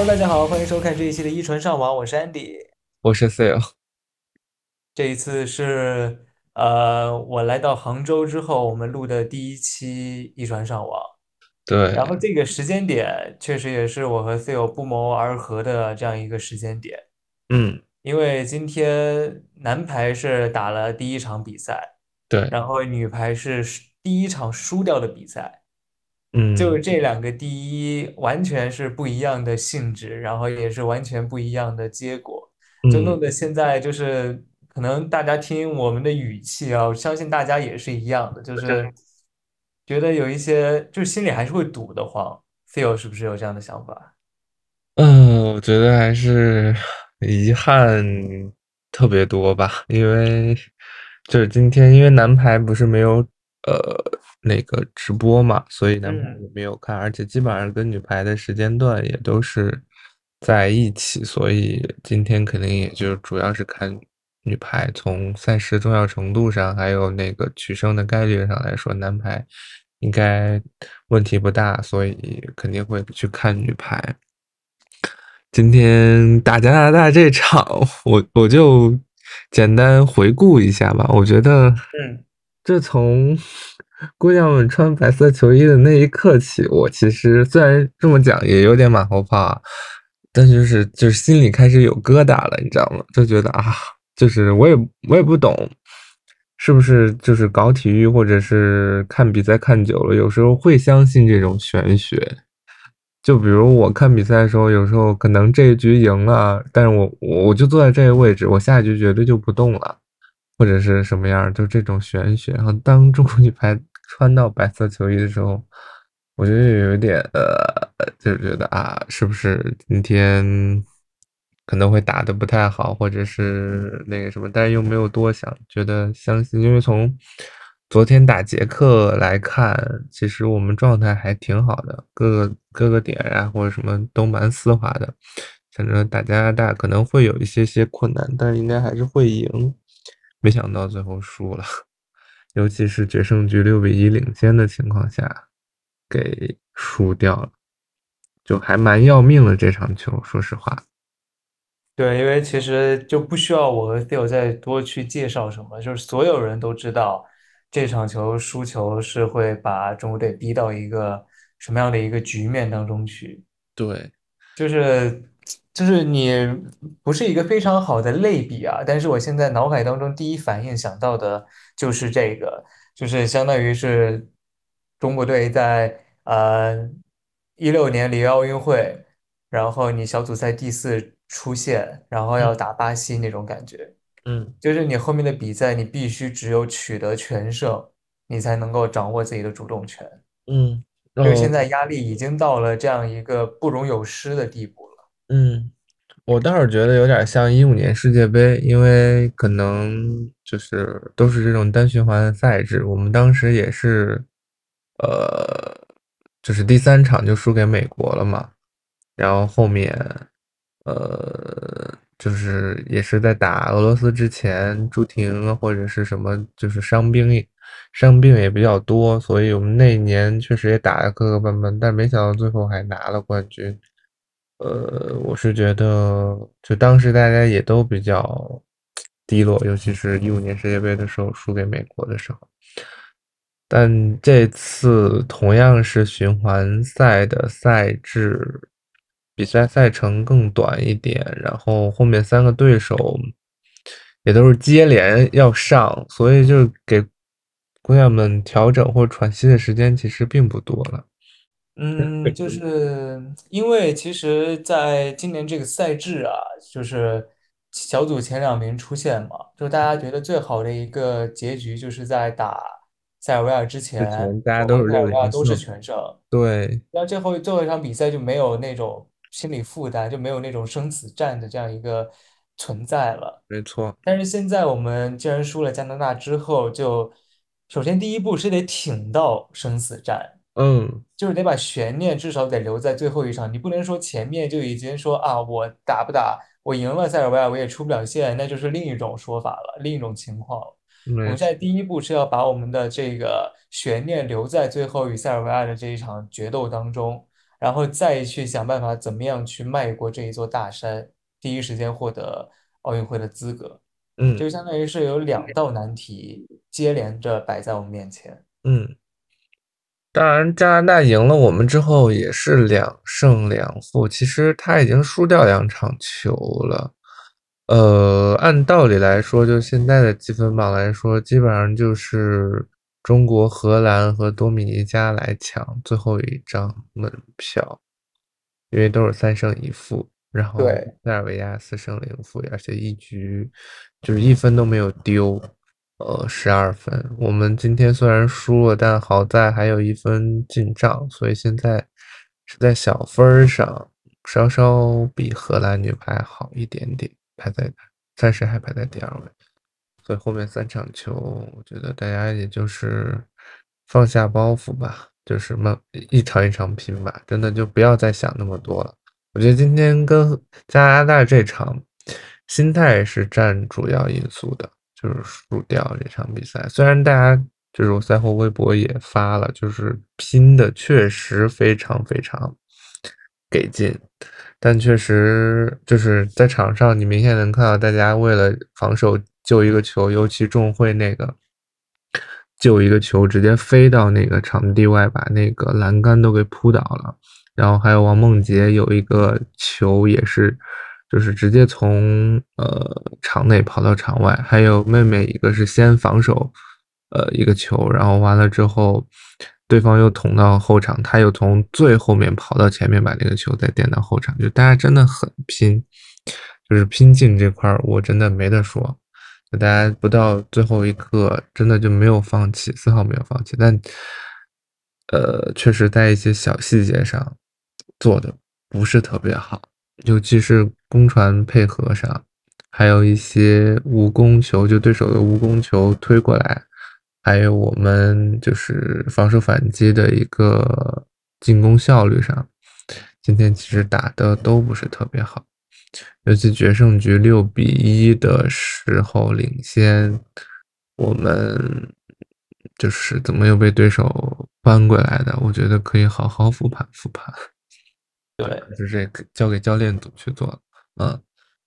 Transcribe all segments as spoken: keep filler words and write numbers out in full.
Hello，大家好，欢迎收看这一期的一传上网，我是 Andy。 我是 Sale。 这一次是呃，我来到杭州之后，我们录的第一期一传上网。然后对。 这个时间点确实也是我和 Theo 不谋而合的这样一个时间点， 嗯。 因为今天男排是打了第一场比赛， 对。 然后女排是第一场输掉的比赛。就嗯。 这两个第一完全是不一样的性质，然后也是完全不一样的结果，就嗯。 弄得现在就是可能大家听我们的语气啊，我相信大家也是一样的，就是觉得有一些就是心里还是会堵得慌。Phil 是不是有这样的想法？ 嗯，我觉得还是遗憾特别多吧，因为就是今天，因为男排不是没有呃那个直播嘛，所以男排嗯， 也没有看，而且基本上跟女排的时间段也都是在一起，所以今天肯定也就主要是看女排。从赛事重要程度上，还有那个取胜的概率上来说，男排应该问题不大，所以肯定会去看女排。今天打加拿大这场，我我就简单回顾一下吧。我觉得， 嗯， 这从姑娘们穿白色球衣的那一刻起，我其实虽然这么讲也有点马后炮啊，但就是就是心里开始有疙瘩了，你知道吗？就觉得啊，就是我也我也不懂，是不是就是搞体育或者是看比赛看久了，有时候会相信这种玄学。就比如我看比赛的时候，有时候可能这一局赢了，但是我我我就坐在这个位置，我下一局绝对就不动了，或者是什么样，就这种玄学。然后当中国女排穿到白色球衣的时候，我觉得有一点呃，就是觉得啊，是不是今天可能会打得不太好，或者是那个什么，但是又没有多想，觉得相信，因为从昨天打捷克来看，其实我们状态还挺好的，各个各个点啊或者什么都蛮丝滑的，想着打加拿大可能会有一些些困难，但是应该还是会赢，没想到最后输了，尤其是决胜局六比一领先的情况下给输掉了，就还蛮要命的这场球，说实话。 对，因为其实就不需要我和 Theo 再多去介绍什么，就是所有人都知道这场球输球是会把中国队逼到一个什么样的一个局面当中去。 对。 就是就是你不是一个非常好的类比啊，但是我现在脑海当中第一反应想到的就是这个，就是相当于是中国队在呃一六年里约奥运会，然后你小组赛第四出线，然后要嗯。 打巴西那种感觉， 嗯。 就是你后面的比赛你必须只有取得全胜，你才能够掌握自己的主动权。 嗯。 就是哦。 现在压力已经到了这样一个不容有失的地步了。 嗯。我倒是觉得有点像一五年世界杯，因为可能就是都是这种单循环的赛制，我们当时也是，呃，就是第三场就输给美国了嘛，然后后面，呃，就是也是在打俄罗斯之前，朱婷啊或者是什么，就是伤兵也伤病也比较多，所以我们那一年确实也打得磕磕绊绊，但没想到最后还拿了冠军。呃，我是觉得，就当时大家也都比较低落，尤其是一五年世界杯的时候输给美国的时候。但这次同样是循环赛的赛制，比赛赛程更短一点，然后后面三个对手也都是接连要上，所以就给姑娘们调整或喘息的时间其实并不多了。 嗯，就是因为其实在今年这个赛制啊，就是小组前两名出现嘛，就大家觉得最好的一个结局就是在打塞尔维亚之之前， 前大家我和塞尔都是六维亚都是连胜。 全胜， 对。 那最后最后一场比赛就没有那种心理负担，就没有那种生死战的这样一个存在了。 没错。 但是现在我们既然输了加拿大之后，就首先第一步是得挺到生死战， 嗯。 就是得把悬念至少得留在最后一场，你不能说前面就已经说啊，我打不打，我赢了塞尔维亚我也出不了线，那就是另一种说法了，另一种情况了。我没错。 们现在第一步是要把我们的这个悬念留在最后与塞尔维亚的这一场决斗当中， 然后再去想办法怎么样去迈过这一座大山，第一时间获得奥运会的资格。 嗯这个相当于是有两道难题接连着摆在我们面前。 嗯。当然，加拿大赢了我们之后也是两胜两负，其实他已经输掉两场球了。呃，按道理来说，就现在的积分榜来说，基本上就是中国、荷兰和多米尼加来抢最后一张门票，因为都是三胜一负，然后对， 塞尔维亚四胜零负，而且一局就是一分都没有丢。呃，十二分。我们今天虽然输了，但好在还有一分进账，所以现在是在小分儿上稍稍比荷兰女排好一点点，排在暂时还排在第二位。所以后面三场球，我觉得大家也就是放下包袱吧，就是慢一场一场拼吧，真的就不要再想那么多了。我觉得今天跟加拿大这场心态是占主要因素的。就是输掉这场比赛。虽然大家就是我赛后微博也发了，就是拼的确实非常非常给劲，但确实就是在场上你明显能看到大家为了防守救一个球，尤其中会那个救一个球直接飞到那个场地外，把那个栏杆都给扑倒了。然后还有王梦洁有一个球也是，就是直接从呃场内跑到场外，还有妹妹一个是先防守，呃一个球，然后完了之后，对方又捅到后场，他又从最后面跑到前面把那个球再垫到后场，就大家真的很拼，就是拼劲这块我真的没得说。大家不到最后一刻，真的就没有放弃，丝毫没有放弃。但，呃，确实在一些小细节上做的不是特别好，尤其是攻传配合上，还有一些无攻球，就对手的无攻球推过来，还有我们就是防守反击的一个进攻效率上，今天其实打的都不是特别好。尤其决胜局六比一的时候领先，我们就是怎么又被对手扳过来的？我觉得可以好好复盘复盘， 对， 就是这交给教练组去做了。嗯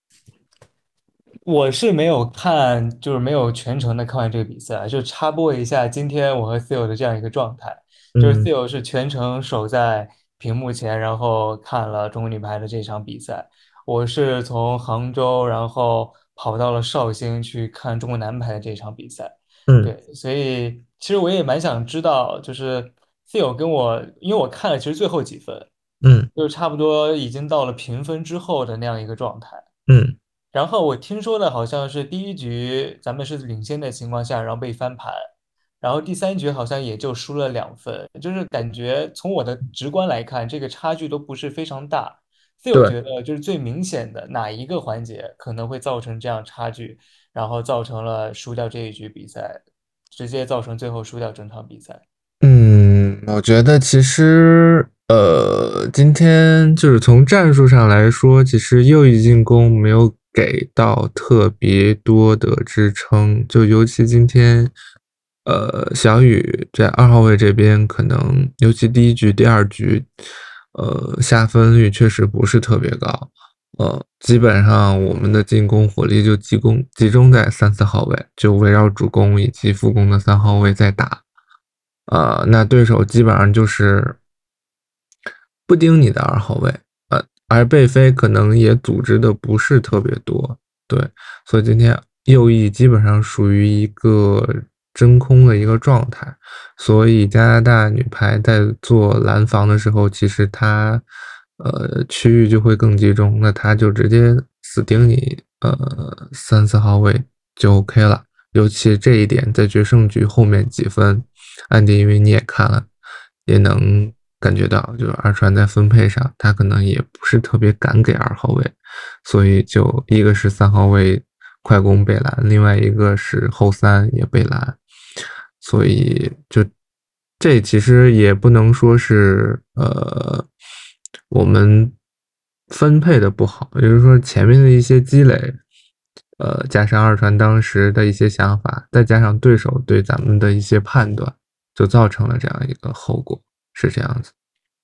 我是没有看，就是没有全程的看完这个比赛，就插播一下今天我和 Theo 的这样一个状态，就是嗯 Theo 是全程守在屏幕前，然后看了中国女排的这场比赛，我是从杭州，然后跑到了绍兴去看中国男排的这场比赛， 嗯对，所以其实我也蛮想知道，就是 Theo 跟我，因为我看了其实最后几分， 嗯就是差不多已经到了平分之后的那样一个状态。 嗯然后我听说的好像是第一局咱们是领先的情况下，然后被翻盘，然后第三局好像也就输了两分，就是感觉从我的直观来看，这个差距都不是非常大。所以我对。 觉得就是最明显的哪一个环节可能会造成这样差距，然后造成了输掉这一局比赛，直接造成最后输掉整场比赛。 嗯，我觉得其实，呃，今天就是从战术上来说，其实右翼进攻没有给到特别多的支撑，就尤其今天，呃，小雨在二号位这边，可能尤其第一局、第二局，呃，下分率确实不是特别高，呃，基本上我们的进攻火力就集中集中在三四号位，就围绕主攻以及副攻的三号位在打。呃，那对手基本上就是不盯你的二号位，呃，而贝飞可能也组织的不是特别多，对，所以今天右翼基本上属于一个真空的一个状态，所以加拿大女排在做拦防的时候，其实她呃区域就会更集中，那她就直接死盯你呃三四号位就 OK 了。尤其这一点在决胜局后面几分，安迪因为你也看了，也能感觉到，就是二传在分配上，他可能也不是特别敢给二号位，所以就一个是三号位快攻被拦，另外一个是后三也被拦，所以就这其实也不能说是呃我们分配的不好，也就是说前面的一些积累。呃，加上二传当时的一些想法，再加上对手对咱们的一些判断，就造成了这样一个后果，是这样子。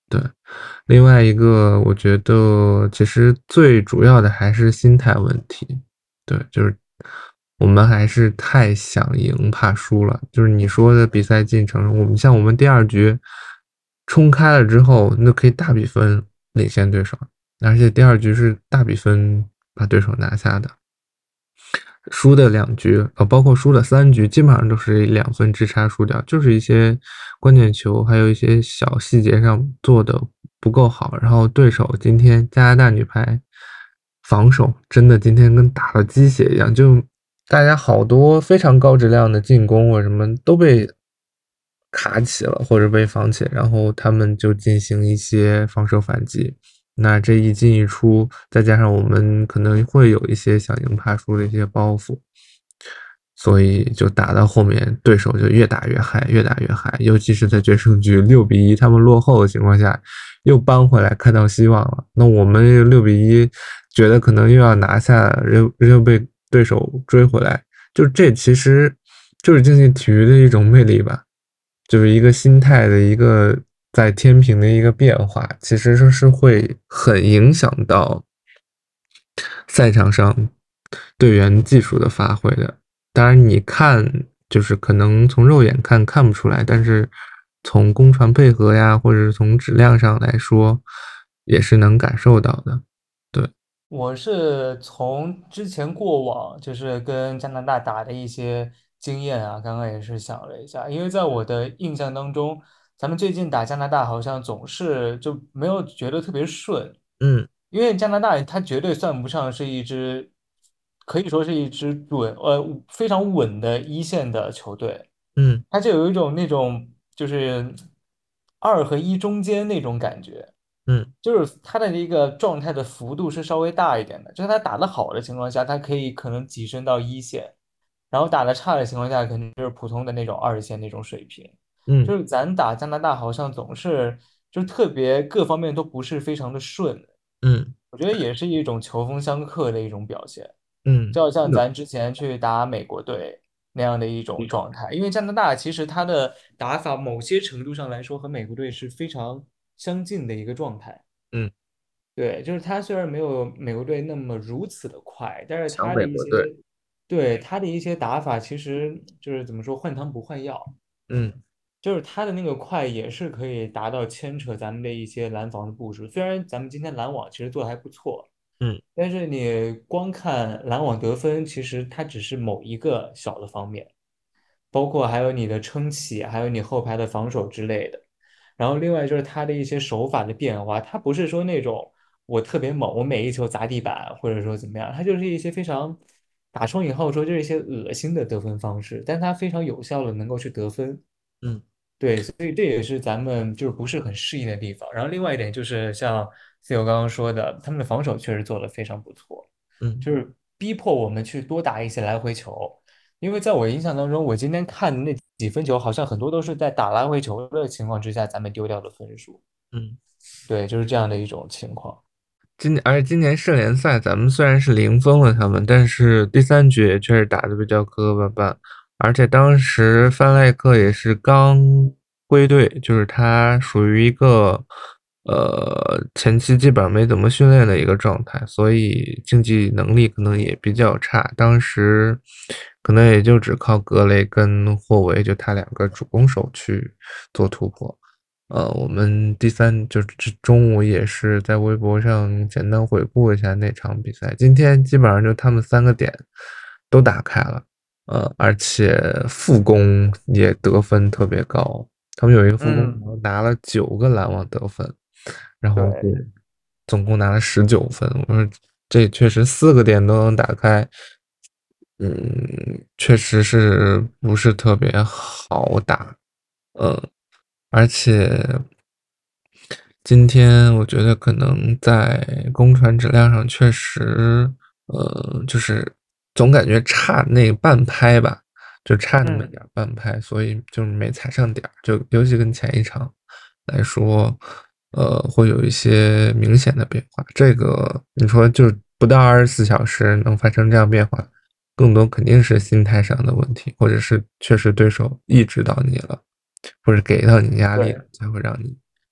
对，另外一个我觉得其实最主要的还是心态问题。对，就是我们还是太想赢怕输了。就是你说的比赛进程，我们像我们第二局冲开了之后，那可以大比分领先对手，而且第二局是大比分把对手拿下的。输的两局，呃，包括输的三局，基本上都是两分之差输掉，就是一些关键球，还有一些小细节上做的不够好。然后对手今天加拿大女排防守真的今天跟打了鸡血一样，就大家好多非常高质量的进攻或什么都被卡起了，或者被防起，然后他们就进行一些防守反击。那这一进一出，再加上我们可能会有一些想赢怕输的一些包袱，所以就打到后面，对手就越打越嗨，越打越嗨。尤其是在决胜局六比一他们落后的情况下，又扳回来，看到希望了。那我们六比一，觉得可能又要拿下，又又被对手追回来，就这其实就是竞技体育的一种魅力吧。就是一个心态的一个在天平的一个变化，其实说是会很影响到赛场上队员技术的发挥的。当然，你看就是可能从肉眼看看不出来，但是从攻传配合呀，或者是从质量上来说，也是能感受到的。对， 我是从之前过往就是跟加拿大打的一些经验啊，刚刚也是想了一下，因为在我的印象当中，咱们最近打加拿大好像总是就没有觉得特别顺， 嗯因为加拿大它绝对算不上是一支，可以说是一支稳呃非常稳的一线的球队， 嗯它就有一种那种就是二和一中间那种感觉。 嗯就是他的一个状态的幅度是稍微大一点的，就是他打得好的情况下，他可以可能跻身到一线，然后打得差的情况下，肯定就是普通的那种二线那种水平。 嗯就是咱打加拿大好像总是就特别各方面都不是非常的顺， 嗯我觉得也是一种球风相克的一种表现。 嗯， 就好像是的， 咱之前去打美国队那样的一种状态，因为加拿大其实它的打法某些程度上来说和美国队是非常相近的一个状态。 嗯， 对，就是他虽然没有美国队那么如此的快，但是强他的一些， 北国队， 对，他的一些打法，其实就是怎么说，换汤不换药， 嗯就是他的那个快也是可以达到牵扯咱们的一些拦防的部署。虽然咱们今天拦网其实做的还不错， 嗯但是你光看拦网得分，其实它只是某一个小的方面。包括还有你的撑起，还有你后排的防守之类的。然后另外就是他的一些手法的变化，他不是说那种我特别猛，我每一球砸地板，或者说怎么样，他就是一些非常打双引号说就是一些恶心的得分方式，但他非常有效的能够去得分。 嗯对，所以这也是咱们就是不是很适应的地方。然后另外一点就是像 C 友刚刚说的，他们的防守确实做得非常不错， 嗯就是逼迫我们去多打一些来回球。因为在我印象当中，我今天看的那几分球，好像很多都是在打来回球的情况之下，咱们丢掉的分数。 嗯。 对，就是这样的一种情况。 今年，而且今年世联赛咱们虽然是零封了他们，但是第三局也确实打得比较磕磕绊绊，而且当时范赖克也是刚归队，就是他属于一个呃前期基本上没怎么训练的一个状态，所以竞技能力可能也比较差，当时可能也就只靠格雷跟霍维就他两个主攻手去做突破。呃，我们第三就是这中午也是在微博上简单回顾一下那场比赛。今天基本上就他们三个点都打开了，呃，而且副攻也得分特别高。他们有一个副攻嗯， 拿了九个篮网得分，然后对， 对总共拿了十九分。我说这确实四个点都能打开，嗯，确实是不是特别好打。嗯，而且今天我觉得可能在公传质量上确实，呃，就是总感觉差那半拍吧，就差那么嗯， 点半拍，所以就是没踩上点儿，就尤其跟前一场来说，呃，会有一些明显的变化。这个你说就不到二十四小时能发生这样变化，更多肯定是心态上的问题，或者是确实对手意识到你了。或者给到你压力了， 对。 才会让你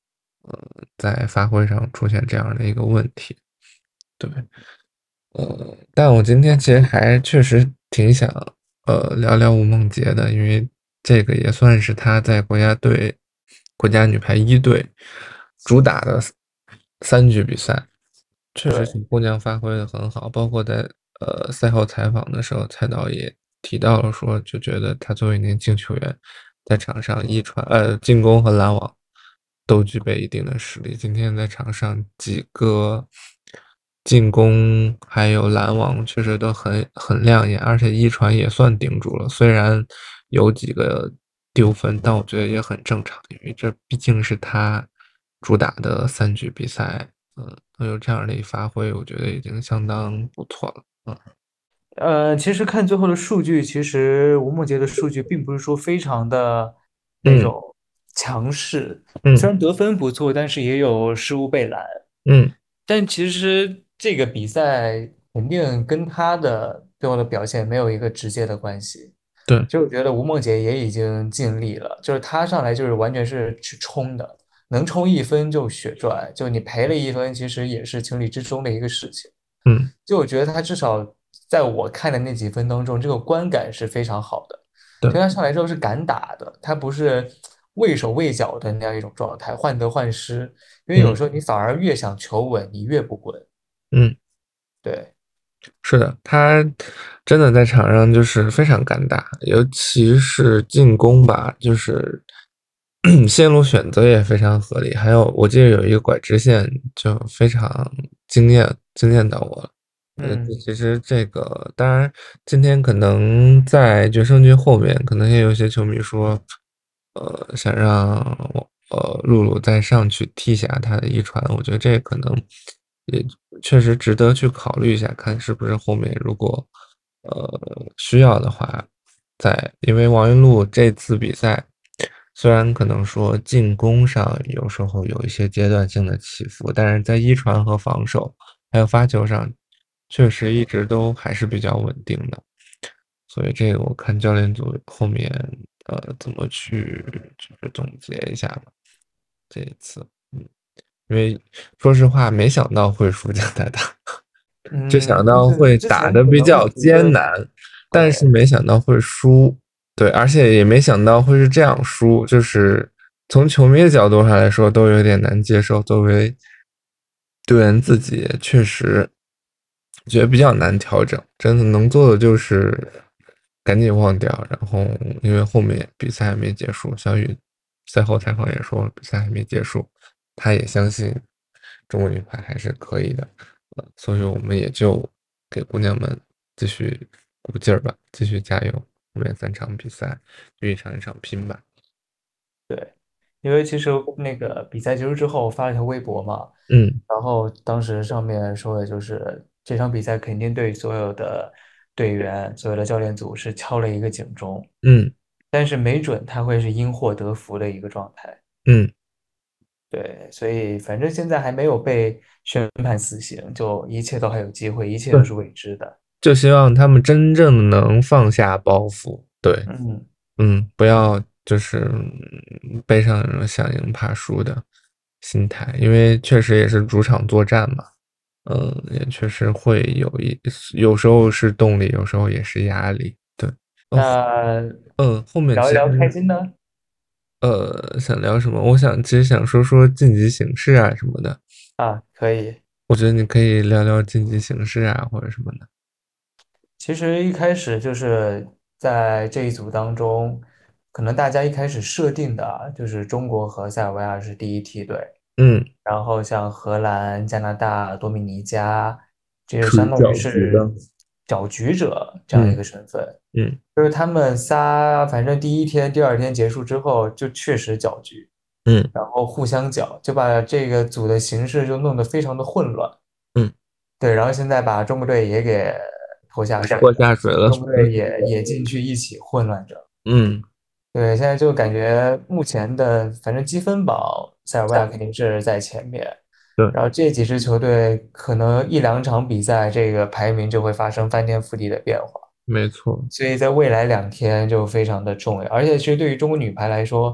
呃在发挥上出现这样的一个问题。对，呃，但我今天其实还确实挺想呃聊聊吴梦洁的，因为这个也算是她在国家队、国家女排一队主打的三局比赛。确实对。 是姑娘发挥的很好，包括在呃赛后采访的时候，蔡导也提到了说，就觉得她作为年轻球员，在场上一传呃进攻和拦网都具备一定的实力。今天在场上几个进攻还有拦网确实都很很亮眼，而且一传也算顶住了，虽然有几个丢分，但我觉得也很正常，因为这毕竟是他主打的三局比赛。嗯，能有这样的一发挥，我觉得已经相当不错了。嗯呃，其实看最后的数据，其实吴梦洁的数据并不是说非常的那嗯种强势，虽嗯然得分不错，但是也有失误被拦。 嗯， 但其实这个比赛肯定跟他的最后的表现没有一个直接的关系。 对， 就我觉得吴梦洁也已经尽力了，就是他上来就是完全是去冲的，能冲一分就血赚，就你赔了一分，其实也是情理之中的一个事情。 嗯就我觉得他至少在我看的那几分当中，这个观感是非常好的。就对， 他上来之后是敢打的，他不是畏手畏脚的那样一种状态，患得患失。因为有嗯时候你反而越想求稳，你越不稳。 嗯。 对。 是的，他真的在场上就是非常敢打，尤其是进攻吧，就是线路选择也非常合理。还有，我记得有一个拐直线就非常惊艳，惊艳到我了。呃， 嗯。 其实这个当然，今天可能在决胜局后面，可能也有些球迷说，呃，想让我呃露露再上去踢一下他的一传，我觉得这可能也确实值得去考虑一下，看是不是后面如果呃需要的话，在因为王云璐这次比赛虽然可能说进攻上有时候有一些阶段性的起伏，但是在一传和防守还有发球上，确实一直都还是比较稳定的。所以这个我看教练组后面呃怎么去就是总结一下吧，这一次。嗯，因为说实话没想到会输加拿大，就嗯， 想就是到会之前打得比可能会较艰觉得。 难，但是对。 没想到会输。对，而且也没想到会是这样输，就是从球迷的角度上来说都有点难接受。作为队员自己也确实觉得比较难调整，真的能做的就是赶紧忘掉。然后因为后面比赛还没结束，小雨赛后采访也说比赛还没结束，他也相信中国女排还是可以的。呃，所以我们也就给姑娘们继续鼓劲儿吧，继续加油，后面三场比赛就一场一场拼吧。 对，因为其实那个比赛结束之后，我发了条微博嘛， 嗯然后当时上面说的就是这场比赛肯定对所有的队员、所有的教练组是敲了一个警钟， 嗯但是没准他会是因祸得福的一个状态。 嗯， 对，所以反正现在还没有被宣判死刑，就一切都还有机会，一切都对， 是未知的。 就希望他们真正能放下包袱。对， 嗯。 嗯，不要就是嗯背上那种想赢怕输的心态，因为确实也是主场作战嘛。嗯，也确实会有一，有时候是动力，有时候也是压力。对，哦， 那嗯，后面聊一聊开其实心的。 呃想聊什么？我想其实想说说晋级形势啊什么的。 啊，可以。 我觉得你可以聊聊晋级形势啊或者什么的。 其实一开始就是在这一组当中，可能大家一开始设定的啊就是中国和塞尔维亚是第一梯队， 嗯， 然后像荷兰、加拿大、多米尼加，这就属于相当于搅局的。 是搅局者这样一嗯个身份。 嗯就是他们仨，反正第一天、第二天结束之后，就确实搅局， 嗯然后互相搅，就把这个组的形势就弄得非常的混乱。 嗯， 对，然后现在把中国队也给拖下水拖了， 下水了。 中国队也也进去一起混乱着。 嗯， 对，现在就感觉目前的反正积分榜，塞尔维亚肯定是在前面， 对， 然后这几支球队可能一两场比赛，这个排名就会发生翻天覆地的变化。 没错。 所以在未来两天就非常的重要，而且其实对于中国女排来说，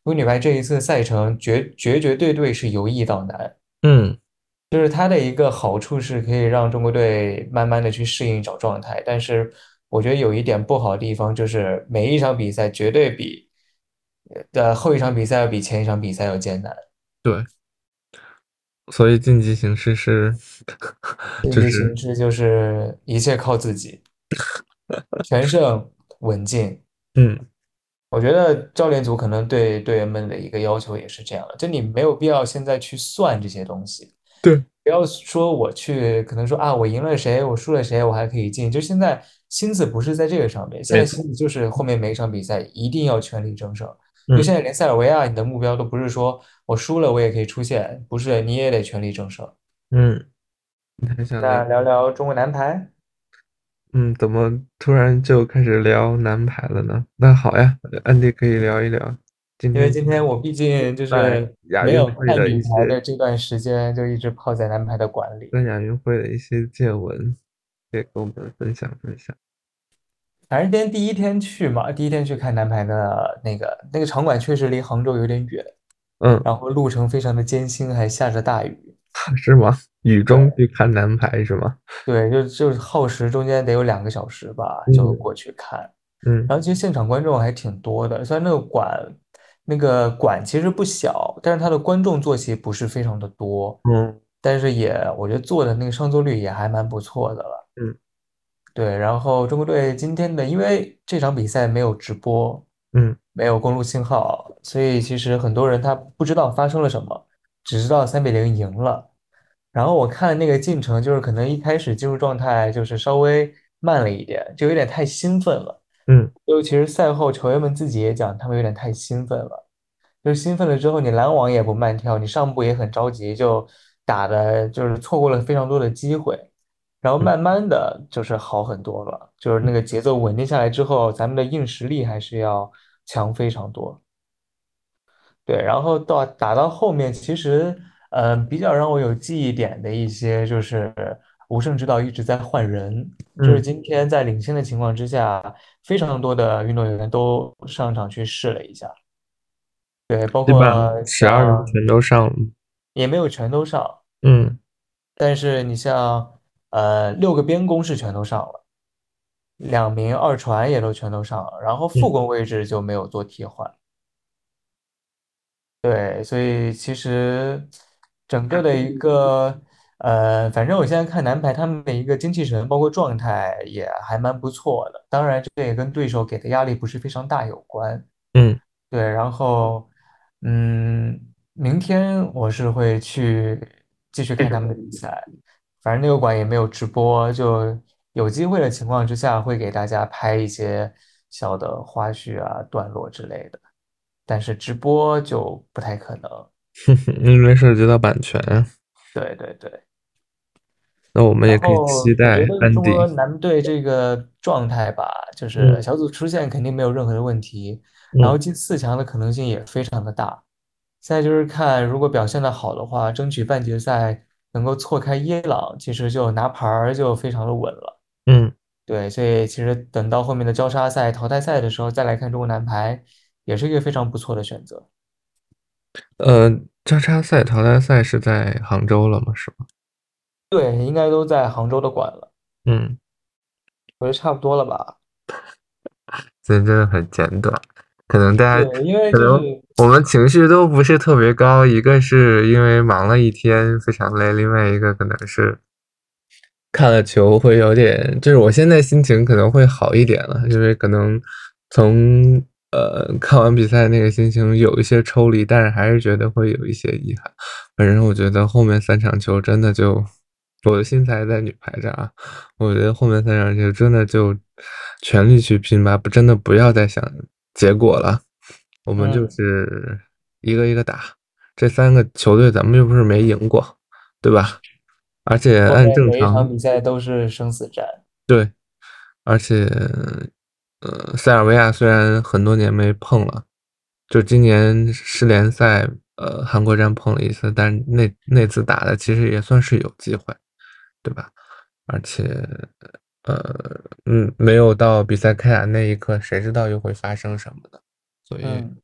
中国女排这一次赛程绝绝绝对对是由易到难。 嗯， 就是它的一个好处是可以让中国队慢慢的去适应找状态，但是我觉得有一点不好的地方就是每一场比赛绝对比的后一场比赛要比前一场比赛要艰难。 对，所以竞技形势是， 竞就是技形势就是一切靠自己，全胜稳进。 嗯， 我觉得教练组可能对队员们的一个要求也是这样的，就你没有必要现在去算这些东西， 对， 不要说我去可能说啊我赢了谁，我输了谁，我还可以进。就现在心思不是在这个上面，现没错， 在心思就是后面每一场比赛一定要全力争胜。就嗯， 现在连塞尔维亚，你的目标都不是说我输了我也可以出线，不是你也得全力争胜。 嗯，你还想聊？ 那聊聊中国男排。 嗯，怎么突然就开始聊男排了呢？那好呀，安迪可以聊一聊今天因为今天我毕竟就在是亚运没有会的一些看女排的这段时间，就一直泡在男排的馆里。 跟亚运会的一些见闻，可以跟我们分享分享。 反正今天第一天去嘛，第一天去看男排的那个那个场馆确实离杭州有点远， 嗯， 然后路程非常的艰辛，还下着大雨。 是吗？雨中对去看男排是吗？ 对，就就是耗时中间得有两个小时吧，就嗯过去看。 嗯然后其实现场观众还挺多的，虽然那个馆那个馆其实不小，但是它的观众坐席不是非常的多， 嗯但是也我觉得坐的那个上座率也还蛮不错的了。 嗯对，然后中国队今天的，因为这场比赛没有直播， 嗯没有公路信号，所以其实很多人他不知道发生了什么，只知道三比零赢了。然后我看那个进程，就是可能一开始进入状态就是稍微慢了一点，就有点太兴奋了。 嗯尤其是赛后球员们自己也讲，他们有点太兴奋了。就是兴奋了之后，你拦网也不慢跳，你上步也很着急，就打的就是错过了非常多的机会。然后嗯慢慢的就是好很多了，就是那个节奏稳定下来之后，咱们的硬实力还是要强非常多。对，然后到打到后面，其实呃比较让我有记忆点的一些就是吴胜指导一直在换人，就是嗯， 今天在领先的情况之下，非常多的运动员都上场去试了一下，对，包基本上括十二人像全都上了。 也没有全都上， 嗯但是你像呃六个边攻是全都上了。两名二传也都全都上了，然后副嗯攻位置就没有做替换。对，所以其实整个的一个呃，反正我现在看男排他们的一个精气神，包括状态也还蛮不错的。当然，这也跟对手给的压力不是非常大有关。 嗯对，然后嗯，明天我是会去继续看他们的比赛，反正那个馆也没有直播，就有机会的情况之下会给大家拍一些小的花絮啊、段落之类的。但是直播就不太可能。 哼哼，因为涉及到版权啊， 对对对， 那我们然也可以后我觉期待得中国安迪。 男队这个状态吧，就是嗯小组出线肯定没有任何的问题，然后嗯进四强的可能性也非常的大。现在就是看如果表现的好的话，争取半决赛能够错开伊朗，其实就拿牌儿就非常的稳了。 嗯， 对，所以其实等到后面的交叉赛、淘汰赛的时候再来看中国男排，也是一个非常不错的选择。 呃，交叉赛、淘汰赛是在杭州了吗？是吗？ 对，应该都在杭州的馆了。 嗯， 我觉得差不多了吧？ 今天真的很简短，可能大家对，因为可能就是我们情绪都不是特别高，一个是因为忙了一天非常累，另外一个可能是看了球会有点，就是我现在心情可能会好一点了，因为可能从呃看完比赛那个心情有一些抽离，但是还是觉得会有一些遗憾。反正我觉得后面三场球真的就，我的心才在女排这啊，我觉得后面三场球真的就全力去拼吧，不真的不要再想结果了，我们就嗯， 是一个一个打，这三个球队咱们又不是没赢过，对吧？而且后按面每一场正常， 比赛都是生死战。 对，而且，呃，塞尔维亚虽然很多年没碰了，就今年世联赛，呃，韩国站碰了一次，但那那次打的其实也算是有机会，对吧？而且，呃，嗯，没有到比赛开打那一刻，谁知道又会发生什么呢？所以， 嗯，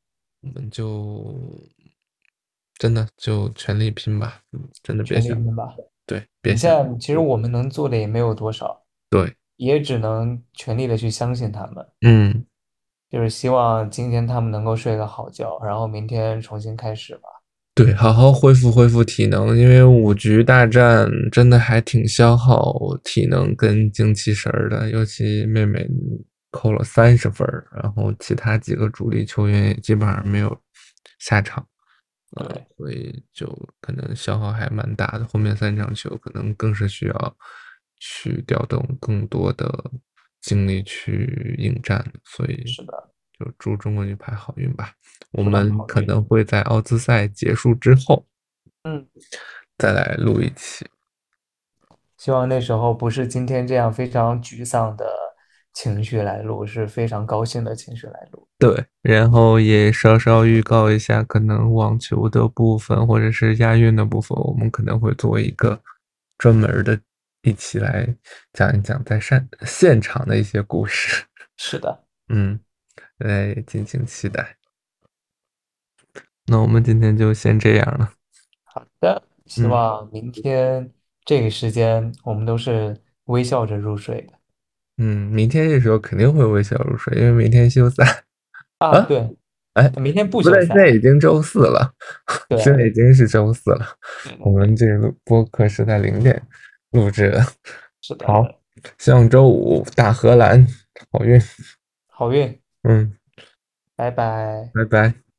我们就真的就全力拼吧，嗯真的别全力想， 拼吧。 对，别你现想， 在其实我们能做的也没有多少， 对， 也只能全力的去相信他们， 嗯。 就是希望今天他们能够睡个好觉，然后明天重新开始吧。 对，好好恢复恢复体能，因为五局大战真的还挺消耗体能跟精气神儿的，尤其妹妹扣了三十分儿，然后其他几个主力球员也基本上没有下场，呃， 对， 所以就可能消耗还蛮大的。后面三场球可能更是需要去调动更多的精力去应战，所以是的， 就祝中国女排好运吧。我祝他们们可好运。 能会在奥兹赛结束之后嗯， 再来录一期。 希望那时候不是今天这样非常沮丧的情绪来录，是非常高兴的情绪来录。 对，然后也稍稍预告一下，可能网球的部分或者是亚运的部分，我们可能会做一个专门儿的，一起来讲一讲在现现场的一些故事。 是的， 嗯，来敬请期待。那我们今天就先这样了。 好的，希嗯望明天这个时间我们都是微笑着入睡的。 嗯，明天这时候肯定会微笑入睡，因为明天休赛。 啊， 啊， 对， 哎， 明天不不对，现在休赛。 已经周四了，现在对， 已经是周四了。 对对对， 我们这个录播客是在零点录制的。 是的， 好，希望周五打荷兰好运。 好运， 嗯， 拜拜。 拜拜。